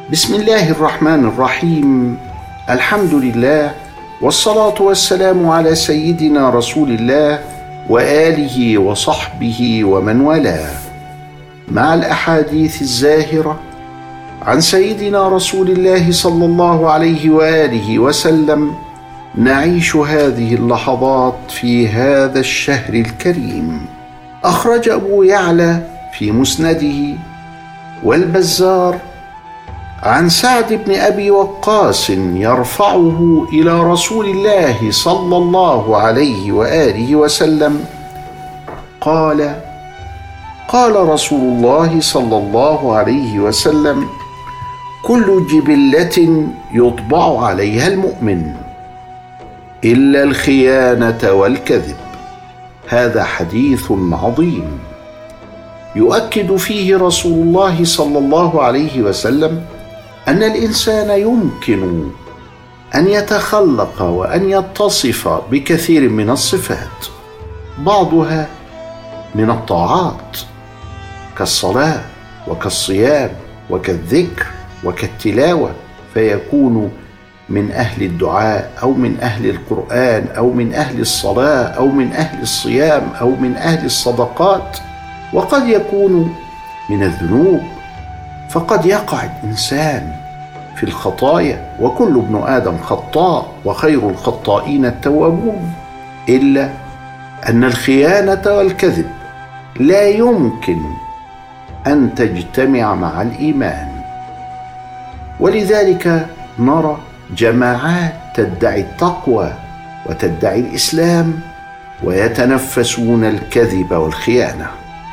بسم الله الرحمن الرحيم. الحمد لله، والصلاة والسلام على سيدنا رسول الله وآله وصحبه ومن والاه، مع الأحاديث الزاهرة عن سيدنا رسول الله صلى الله عليه وآله وسلم. نعيش هذه اللحظات في هذا الشهر الكريم. أخرج أبو يعلى في مسنده والبزار عن سعد بن أبي وقاص يرفعه إلى رسول الله صلى الله عليه وآله وسلم قال: قال رسول الله صلى الله عليه وسلم: كل جبلة يطبع عليها المؤمن إلا الخيانة والكذب. هذا حديث عظيم يؤكد فيه رسول الله صلى الله عليه وسلم أن الإنسان يمكن أن يتخلق وأن يتصف بكثير من الصفات، بعضها من الطاعات كالصلاة وكالصيام وكالذكر وكالتلاوة، فيكون من أهل الدعاء أو من أهل القرآن أو من أهل الصلاة أو من أهل الصيام أو من أهل الصدقات. وقد يكون من الذنوب، فقد يقع الإنسان في الخطايا، وكل ابن آدم خطاء وخير الخطائين التوابون، إلا أن الخيانة والكذب لا يمكن أن تجتمع مع الإيمان. ولذلك نرى جماعات تدعي التقوى وتدعي الإسلام ويتنفسون الكذب والخيانة،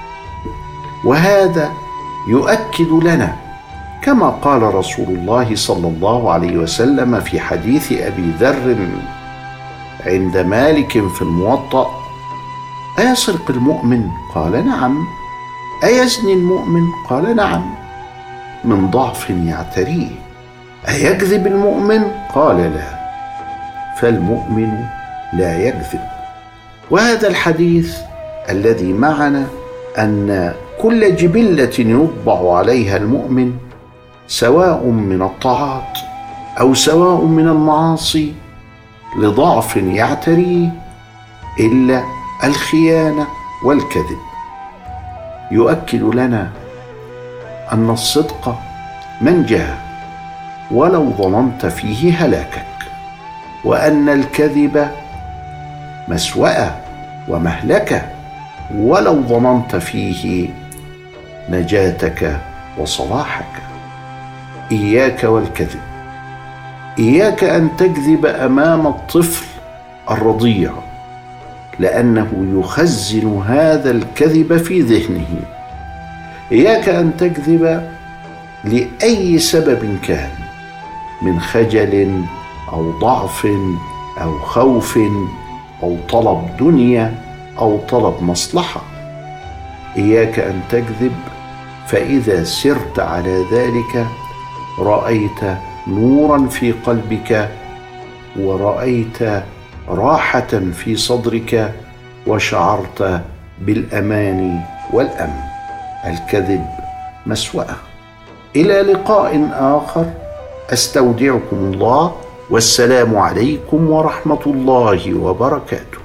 وهذا يؤكد لنا كما قال رسول الله صلى الله عليه وسلم في حديث أبي ذر عند مالك في الموطأ: أيسرق المؤمن؟ قال: نعم. أيزني المؤمن؟ قال: نعم. من ضعف يعتريه. أيكذب المؤمن؟ قال: لا. فالمؤمن لا يكذب. وهذا الحديث الذي معنا أن كل جبلة يطبع عليها المؤمن، سواء من الطاعات أو سواء من المعاصي، لضعف يعتريه إلا الخيانة والكذب، يؤكد لنا أن الصدق منجاه ولو ظننت فيه هلاكك، وأن الكذب مسوأة ومهلكة ولو ظننت فيه نجاتك وصلاحك. إياك والكذب. إياك أن تكذب أمام الطفل الرضيع، لأنه يخزن هذا الكذب في ذهنه. إياك أن تكذب لأي سبب كان، من خجل أو ضعف أو خوف أو طلب دنيا أو طلب مصلحة. إياك أن تكذب، فإذا سرت على ذلك رأيت نورا في قلبك، ورأيت راحة في صدرك، وشعرت بالأمان والأمن. الكذب مسوأة. إلى لقاء آخر، أستودعكم الله، والسلام عليكم ورحمة الله وبركاته.